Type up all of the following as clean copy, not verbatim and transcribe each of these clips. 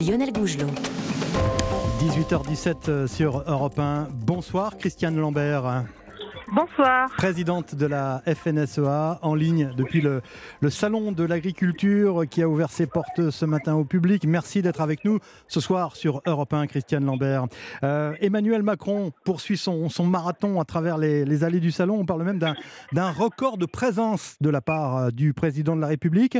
Lionel Gougelot. 18h17 sur Europe 1. Bonsoir Christiane Lambert. Bonsoir. Présidente de la FNSEA, en ligne depuis le Salon de l'Agriculture qui a ouvert ses portes ce matin au public. Merci d'être avec nous ce soir sur Europe 1, Christiane Lambert. Emmanuel Macron poursuit son marathon à travers les allées du Salon. On parle même d'un record de présence de la part du président de la République.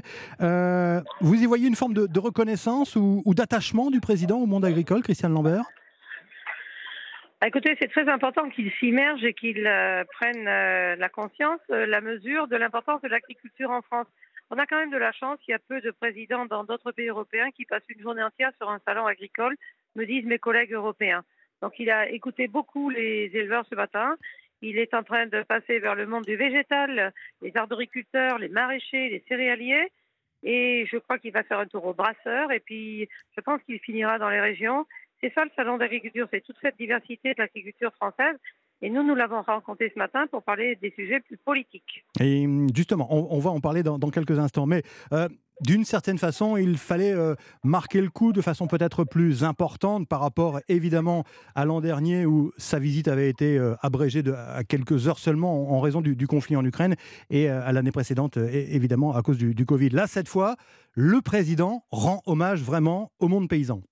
Vous y voyez une forme de reconnaissance ou d'attachement du président au monde agricole, Christiane Lambert ? Écoutez, c'est très important qu'il s'immerge et qu'il prenne la conscience, la mesure de l'importance de l'agriculture en France. On a quand même de la chance, il y a peu de présidents dans d'autres pays européens qui passent une journée entière sur un salon agricole, me disent mes collègues européens. Donc il a écouté beaucoup les éleveurs ce matin. Il est en train de passer vers le monde du végétal, les arboriculteurs, les maraîchers, les céréaliers. Et je crois qu'il va faire un tour aux brasseurs. Et puis, je pense qu'il finira dans les régions. C'est ça le salon d'agriculture, c'est toute cette diversité de l'agriculture française. Et nous l'avons rencontré ce matin pour parler des sujets plus politiques. Et justement, on va en parler dans quelques instants. Mais d'une certaine façon, il fallait marquer le coup de façon peut-être plus importante par rapport évidemment à l'an dernier où sa visite avait été abrégée à quelques heures seulement en raison du conflit en Ukraine et à l'année précédente évidemment à cause du Covid. Là, cette fois, le président rend hommage vraiment au monde paysan.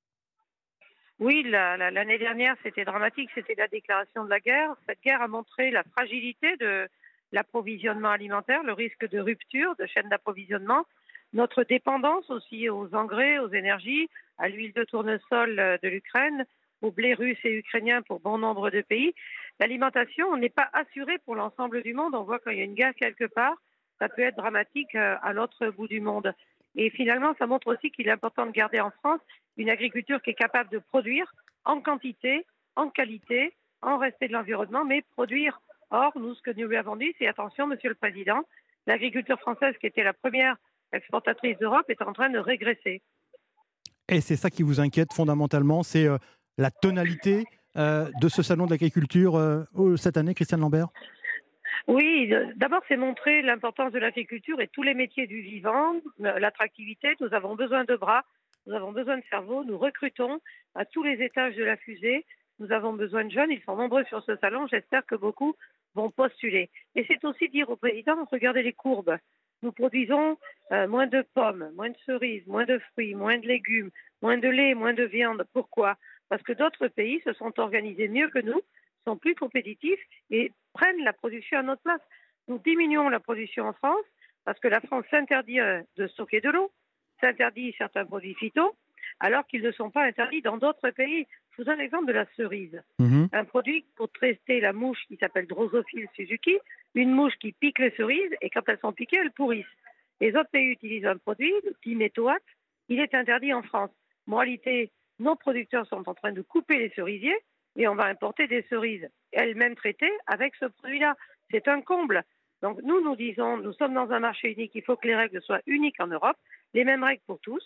Oui, l'année dernière, c'était dramatique, c'était la déclaration de la guerre. Cette guerre a montré la fragilité de l'approvisionnement alimentaire, le risque de rupture de chaîne d'approvisionnement, notre dépendance aussi aux engrais, aux énergies, à l'huile de tournesol de l'Ukraine, au blé russe et ukrainien pour bon nombre de pays. L'alimentation, on n'est pas assuré pour l'ensemble du monde. On voit quand il y a une guerre quelque part, ça peut être dramatique à l'autre bout du monde. Et finalement, ça montre aussi qu'il est important de garder en France une agriculture qui est capable de produire en quantité, en qualité, en respect de l'environnement, mais produire. Or, nous, ce que nous lui avons dit, c'est attention, Monsieur le Président, l'agriculture française, qui était la première exportatrice d'Europe, est en train de régresser. Et c'est ça qui vous inquiète fondamentalement, c'est la tonalité de ce salon de l'agriculture cette année, Christiane Lambert ? Oui, d'abord, c'est montrer l'importance de l'agriculture et tous les métiers du vivant, l'attractivité. Nous avons besoin de bras, nous avons besoin de cerveaux, nous recrutons à tous les étages de la fusée. Nous avons besoin de jeunes, ils sont nombreux sur ce salon. J'espère que beaucoup vont postuler. Et c'est aussi dire au président, regardez les courbes. Nous produisons moins de pommes, moins de cerises, moins de fruits, moins de légumes, moins de lait, moins de viande. Pourquoi ? Parce que d'autres pays se sont organisés mieux que nous, sont plus compétitifs et prennent la production à notre place. Nous diminuons la production en France parce que la France s'interdit de stocker de l'eau, s'interdit certains produits phyto, alors qu'ils ne sont pas interdits dans d'autres pays. Je vous donne l'exemple de la cerise. Un produit pour traiter la mouche qui s'appelle Drosophile Suzuki, une mouche qui pique les cerises et quand elles sont piquées, elles pourrissent. Les autres pays utilisent un produit, le diméthoate, il est interdit en France. Moralité, nos producteurs sont en train de couper les cerisiers et on va importer des cerises elles-mêmes traitées avec ce produit-là. C'est un comble. Donc nous disons, nous sommes dans un marché unique, il faut que les règles soient uniques en Europe, les mêmes règles pour tous,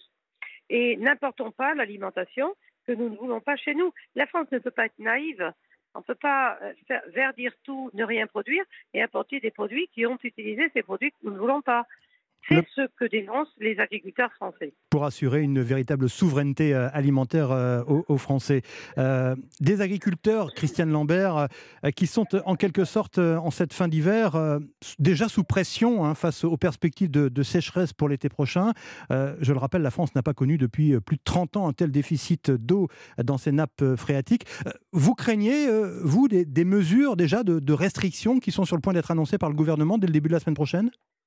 et n'importons pas l'alimentation que nous ne voulons pas chez nous. La France ne peut pas être naïve. On ne peut pas verdir tout, ne rien produire et importer des produits qui ont utilisé ces produits que nous ne voulons pas. C'est ce que dénoncent les agriculteurs français. Pour assurer une véritable souveraineté alimentaire aux Français. Des agriculteurs, Christiane Lambert, qui sont en quelque sorte, en cette fin d'hiver, déjà sous pression face aux perspectives de sécheresse pour l'été prochain. Je le rappelle, la France n'a pas connu depuis plus de 30 ans un tel déficit d'eau dans ses nappes phréatiques. Vous craignez, vous, des mesures déjà de restrictions qui sont sur le point d'être annoncées par le gouvernement dès le début de la semaine prochaine ?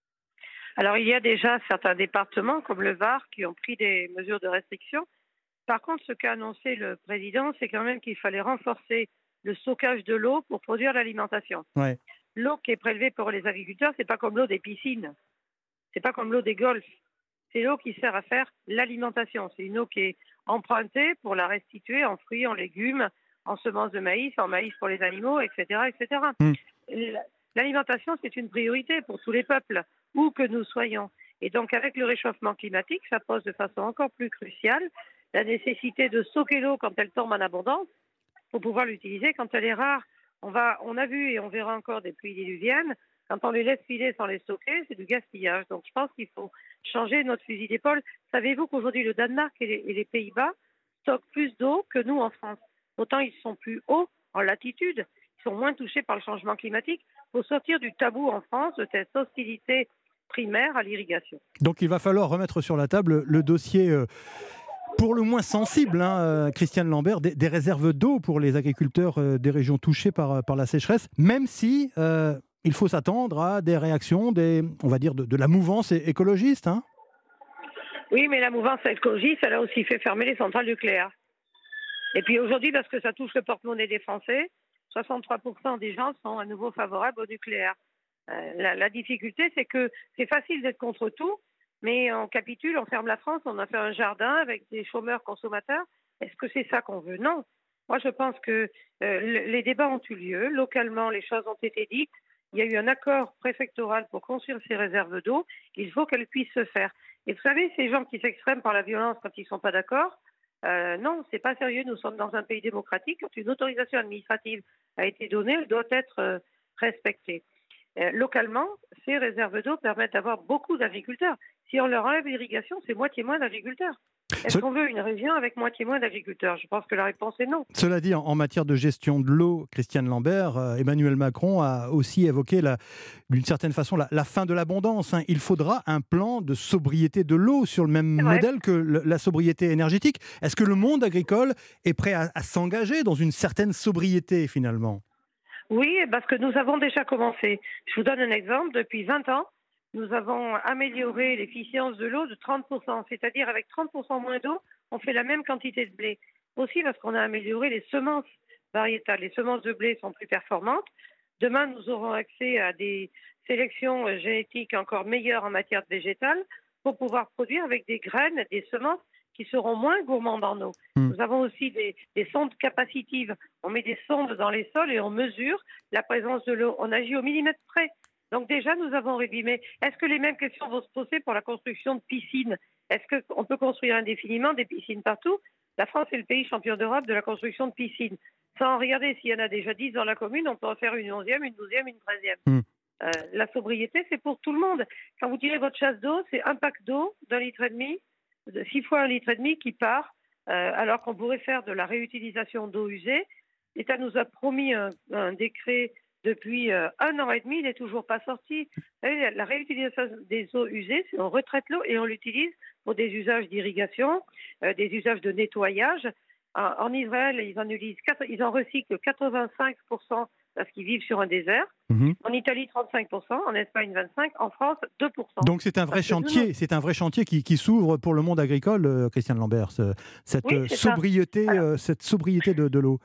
Alors, il y a déjà certains départements, comme le Var, qui ont pris des mesures de restriction. Par contre, ce qu'a annoncé le président, c'est quand même qu'il fallait renforcer le stockage de l'eau pour produire l'alimentation. Ouais. L'eau qui est prélevée pour les agriculteurs, c'est pas comme l'eau des piscines. C'est pas comme l'eau des golfs. C'est l'eau qui sert à faire l'alimentation. C'est une eau qui est empruntée pour la restituer en fruits, en légumes, en semences de maïs, en maïs pour les animaux, etc., etc. L'alimentation, c'est une priorité pour tous les peuples, où que nous soyons. Et donc, avec le réchauffement climatique, ça pose de façon encore plus cruciale la nécessité de stocker l'eau quand elle tombe en abondance pour pouvoir l'utiliser quand elle est rare. On a vu et on verra encore des pluies diluviennes. Quand on les laisse filer sans les stocker, c'est du gaspillage. Donc, je pense qu'il faut changer notre fusil d'épaule. Savez-vous qu'aujourd'hui, le Danemark et les Pays-Bas stockent plus d'eau que nous en France. Autant ils sont plus hauts en latitude, ils sont moins touchés par le changement climatique. Il faut sortir du tabou en France de cette hostilité primaire à l'irrigation. Donc il va falloir remettre sur la table le dossier pour le moins sensible, Christiane Lambert, des réserves d'eau pour les agriculteurs des régions touchées par la sécheresse, même si il faut s'attendre à des réactions, on va dire, de la mouvance écologiste. Oui, mais la mouvance écologiste, elle a aussi fait fermer les centrales nucléaires. Et puis aujourd'hui, parce que ça touche le porte-monnaie des Français, 63% des gens sont à nouveau favorables au nucléaire. La difficulté, c'est que c'est facile d'être contre tout, mais on capitule, on ferme la France, on a fait un jardin avec des chômeurs consommateurs. Est-ce que c'est ça qu'on veut? Non. Moi, je pense que les débats ont eu lieu. Localement, les choses ont été dites. Il y a eu un accord préfectoral pour construire ces réserves d'eau. Il faut qu'elles puissent se faire. Et vous savez, ces gens qui s'expriment par la violence quand ils ne sont pas d'accord, non, c'est pas sérieux. Nous sommes dans un pays démocratique. Quand une autorisation administrative a été donnée, elle doit être respectée. Localement, ces réserves d'eau permettent d'avoir beaucoup d'agriculteurs. Si on leur enlève l'irrigation, c'est moitié moins d'agriculteurs. Est-ce qu'on veut une région avec moitié moins d'agriculteurs? Je pense que la réponse est non. Cela dit, en matière de gestion de l'eau, Christiane Lambert, Emmanuel Macron a aussi évoqué d'une certaine façon la fin de l'abondance. Il faudra un plan de sobriété de l'eau sur le même modèle que la sobriété énergétique. Est-ce que le monde agricole est prêt à s'engager dans une certaine sobriété finalement? Oui, parce que nous avons déjà commencé. Je vous donne un exemple. Depuis 20 ans, nous avons amélioré l'efficience de l'eau de 30%. C'est-à-dire avec 30% moins d'eau, on fait la même quantité de blé. Aussi parce qu'on a amélioré les semences variétales. Les semences de blé sont plus performantes. Demain, nous aurons accès à des sélections génétiques encore meilleures en matière végétale pour pouvoir produire avec des graines, des semences qui seront moins gourmandes en eau. Nous avons aussi des sondes capacitives. On met des sondes dans les sols et on mesure la présence de l'eau. On agit au millimètre près. Donc déjà, nous avons réduit. Mais est-ce que les mêmes questions vont se poser pour la construction de piscines? Est-ce qu'on peut construire indéfiniment des piscines partout? La France est le pays champion d'Europe de la construction de piscines. Sans regarder s'il y en a déjà 10 dans la commune, on peut en faire une 11e, une 12e, une 13e. La sobriété, c'est pour tout le monde. Quand vous tirez votre chasse d'eau, c'est un pack d'eau d'1,5 litre, 6 fois 1,5 litre qui part, alors qu'on pourrait faire de la réutilisation d'eau usée. L'État nous a promis un décret depuis 1 an et demi, il n'est toujours pas sorti. Vous savez, la réutilisation des eaux usées, c'est on retraite l'eau et on l'utilise pour des usages d'irrigation, des usages de nettoyage. En Israël, ils en recyclent 85% parce qu'ils vivent sur un désert. En Italie, 35%, en Espagne, 25%, en France, 2%. Donc c'est un vrai chantier, qui s'ouvre pour le monde agricole, Christiane Lambert, cette sobriété de l'eau.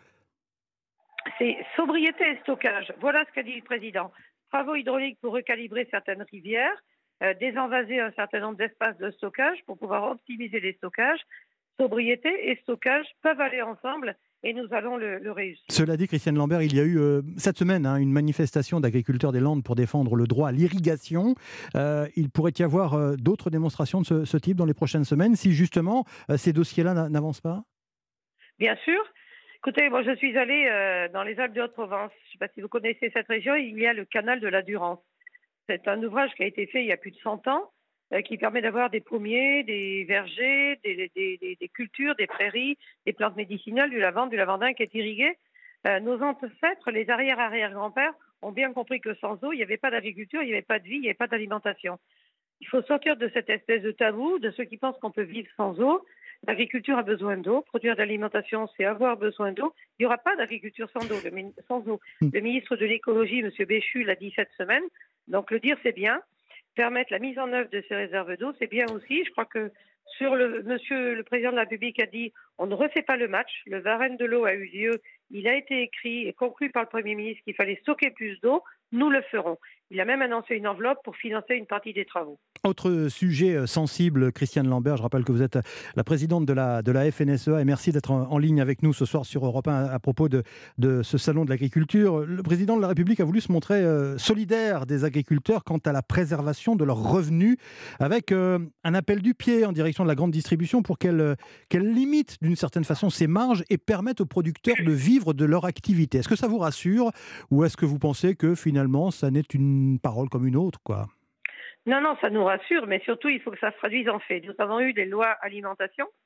C'est sobriété et stockage. Voilà ce qu'a dit le président. Travaux hydrauliques pour recalibrer certaines rivières, désenvaser un certain nombre d'espaces de stockage pour pouvoir optimiser les stockages. Sobriété et stockage peuvent aller ensemble et nous allons le réussir. Cela dit, Christiane Lambert, il y a eu cette semaine une manifestation d'agriculteurs des Landes pour défendre le droit à l'irrigation. Il pourrait y avoir d'autres démonstrations de ce type dans les prochaines semaines si justement ces dossiers-là n'avancent pas? Bien sûr. Écoutez, moi je suis allée dans les Alpes de Haute-Provence. Je ne sais pas si vous connaissez cette région, il y a le canal de la Durance. C'est un ouvrage qui a été fait il y a plus de 100 ans, qui permet d'avoir des pommiers, des vergers, des cultures, des prairies, des plantes médicinales, du lavande, du lavandin qui est irrigué. Nos ancêtres, les arrière-arrière-grands-pères, ont bien compris que sans eau, il n'y avait pas d'agriculture, il n'y avait pas de vie, il n'y avait pas d'alimentation. Il faut sortir de cette espèce de tabou, de ceux qui pensent qu'on peut vivre sans eau. L'agriculture a besoin d'eau. Produire de l'alimentation, c'est avoir besoin d'eau. Il n'y aura pas d'agriculture sans eau. Le ministre de l'écologie, M. Béchu, l'a dit cette semaine. Donc le dire, c'est bien. Permettre la mise en œuvre de ces réserves d'eau, c'est bien aussi. Je crois que Monsieur le Président de la République a dit on ne refait pas le match. Le Varenne de l'eau a eu lieu. Il a été écrit et conclu par le Premier ministre qu'il fallait stocker plus d'eau. Nous le ferons. Il a même annoncé une enveloppe pour financer une partie des travaux. Autre sujet sensible, Christiane Lambert, je rappelle que vous êtes la présidente de la FNSEA et merci d'être en ligne avec nous ce soir sur Europe 1 à propos de ce salon de l'agriculture. Le président de la République a voulu se montrer solidaire des agriculteurs quant à la préservation de leurs revenus avec un appel du pied en direction de la grande distribution pour qu'elle limite d'une certaine façon ses marges et permette aux producteurs de vivre de leur activité. Est-ce que ça vous rassure ou est-ce que vous pensez que finalement ça n'est une parole comme une autre, quoi ? Non, ça nous rassure, mais surtout, il faut que ça se traduise en fait. Nous avons eu des lois alimentation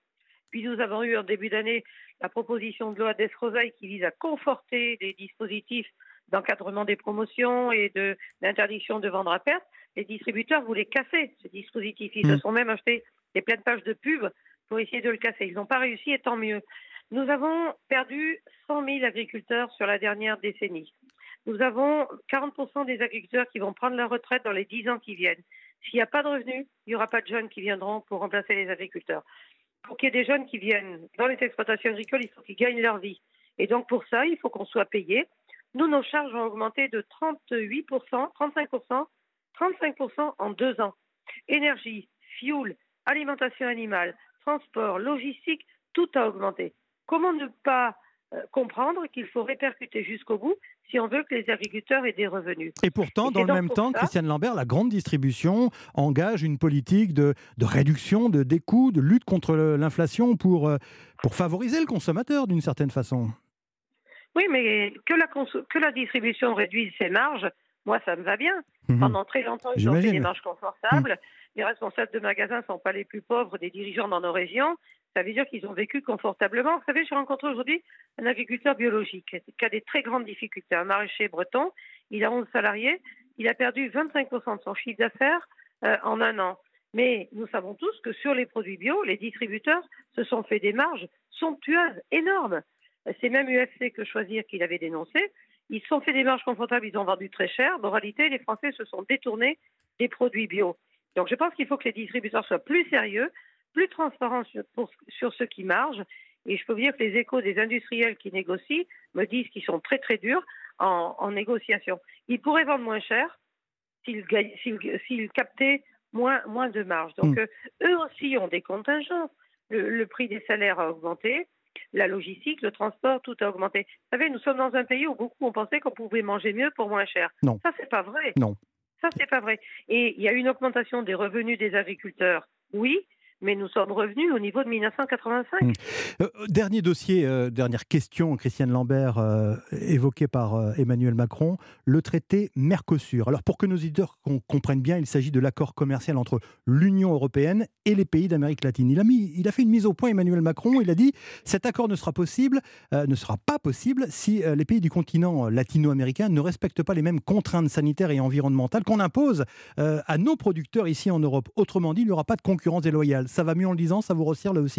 Puis nous avons eu en début d'année la proposition de loi d'Escrozaille qui vise à conforter les dispositifs d'encadrement des promotions et d'interdiction de vendre à perte. Les distributeurs voulaient casser ce dispositif. Ils se sont même achetés des pleines pages de pub pour essayer de le casser. Ils n'ont pas réussi et tant mieux. Nous avons perdu 100 000 agriculteurs sur la dernière décennie. Nous avons 40% des agriculteurs qui vont prendre leur retraite dans les 10 ans qui viennent. S'il n'y a pas de revenus, il n'y aura pas de jeunes qui viendront pour remplacer les agriculteurs. Pour qu'il y ait des jeunes qui viennent dans les exploitations agricoles, il faut qu'ils gagnent leur vie. Et donc pour ça, il faut qu'on soit payé. Nous, nos charges ont augmenté de 38%, 35%, 35% en 2 ans. Énergie, fioul, alimentation animale, transport, logistique, tout a augmenté. Comment ne pas comprendre qu'il faut répercuter jusqu'au bout si on veut que les agriculteurs aient des revenus. Et pourtant, dans le même temps, Christiane Lambert, la grande distribution engage une politique de réduction des coûts, de lutte contre l'inflation pour favoriser le consommateur d'une certaine façon. Oui, mais que la distribution réduise ses marges, moi ça me va bien. Pendant très longtemps, ils ont fait des marges confortables. Les responsables de magasins ne sont pas les plus pauvres des dirigeants dans nos régions. Ça veut dire qu'ils ont vécu confortablement. Vous savez, j'ai rencontré aujourd'hui un agriculteur biologique qui a des très grandes difficultés, un maraîcher breton. Il a 11 salariés. Il a perdu 25% de son chiffre d'affaires en 1 an. Mais nous savons tous que sur les produits bio, les distributeurs se sont fait des marges somptueuses, énormes. C'est même UFC que Choisir qui l'avait dénoncé. Ils se sont fait des marges confortables, ils ont vendu très cher. En réalité, les Français se sont détournés des produits bio. Donc je pense qu'il faut que les distributeurs soient plus sérieux, plus transparents sur ce qui marge. Et je peux vous dire que les échos des industriels qui négocient me disent qu'ils sont très très durs en négociation. Ils pourraient vendre moins cher s'ils captaient moins de marge. Donc eux aussi ont des contingences. Le prix des salaires a augmenté. La logistique, le transport, tout a augmenté. Vous savez, nous sommes dans un pays où beaucoup ont pensé qu'on pouvait manger mieux pour moins cher. Non. Ça, c'est pas vrai. Non. Ça, c'est pas vrai. Et il y a une augmentation des revenus des agriculteurs, oui, mais nous sommes revenus au niveau de 1985. Dernier dossier, dernière question, Christiane Lambert, évoquée par Emmanuel Macron, le traité Mercosur. Alors pour que nos auditeurs comprennent bien, il s'agit de l'accord commercial entre l'Union européenne et les pays d'Amérique latine. Il a fait une mise au point, Emmanuel Macron, il a dit « cet accord ne sera pas possible si les pays du continent latino-américain ne respectent pas les mêmes contraintes sanitaires et environnementales qu'on impose à nos producteurs ici en Europe. Autrement dit, il n'y aura pas de concurrence déloyale. » Ça va mieux en le disant, ça vous retire là aussi ?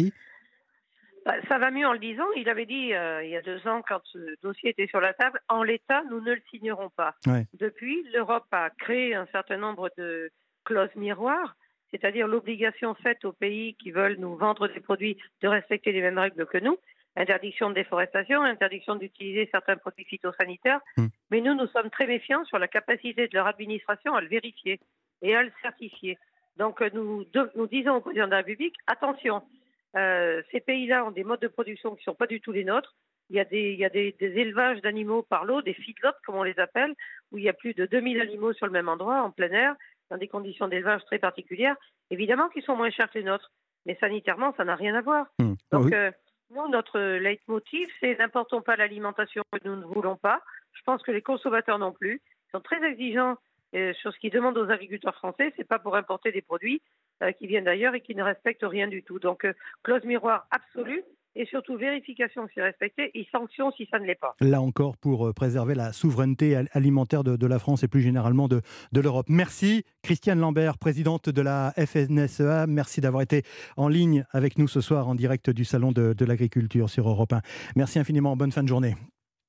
Ça va mieux en le disant. Il avait dit il y a 2 ans, quand ce dossier était sur la table, en l'état, nous ne le signerons pas. Ouais. Depuis, l'Europe a créé un certain nombre de clauses miroirs, c'est-à-dire l'obligation faite aux pays qui veulent nous vendre des produits de respecter les mêmes règles que nous. Interdiction de déforestation, interdiction d'utiliser certains produits phytosanitaires. Mais nous sommes très méfiants sur la capacité de leur administration à le vérifier et à le certifier. Donc nous disons au président de la République, attention, ces pays-là ont des modes de production qui ne sont pas du tout les nôtres. Il y a des élevages d'animaux par lot, des feedlots comme on les appelle, où il y a plus de 2000 animaux sur le même endroit, en plein air, dans des conditions d'élevage très particulières. Évidemment qu'ils sont moins chers que les nôtres, mais sanitairement, ça n'a rien à voir. Donc nous, notre leitmotiv, c'est n'importons pas l'alimentation que nous ne voulons pas. Je pense que les consommateurs non plus. Ils sont très exigeants sur ce qu'ils demandent aux agriculteurs français. C'est pas pour importer des produits qui viennent d'ailleurs et qui ne respectent rien du tout. Donc, clause miroir absolue et surtout vérification que c'est respecté et sanction si ça ne l'est pas. Là encore, pour préserver la souveraineté alimentaire de la France et plus généralement de l'Europe. Merci Christiane Lambert, présidente de la FNSEA. Merci d'avoir été en ligne avec nous ce soir en direct du Salon de l'Agriculture sur Europe 1. Merci infiniment, bonne fin de journée.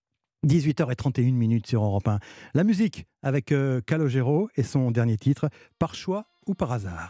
18h31 sur Europe 1. La musique avec Calogero et son dernier titre, Par choix ou par hasard.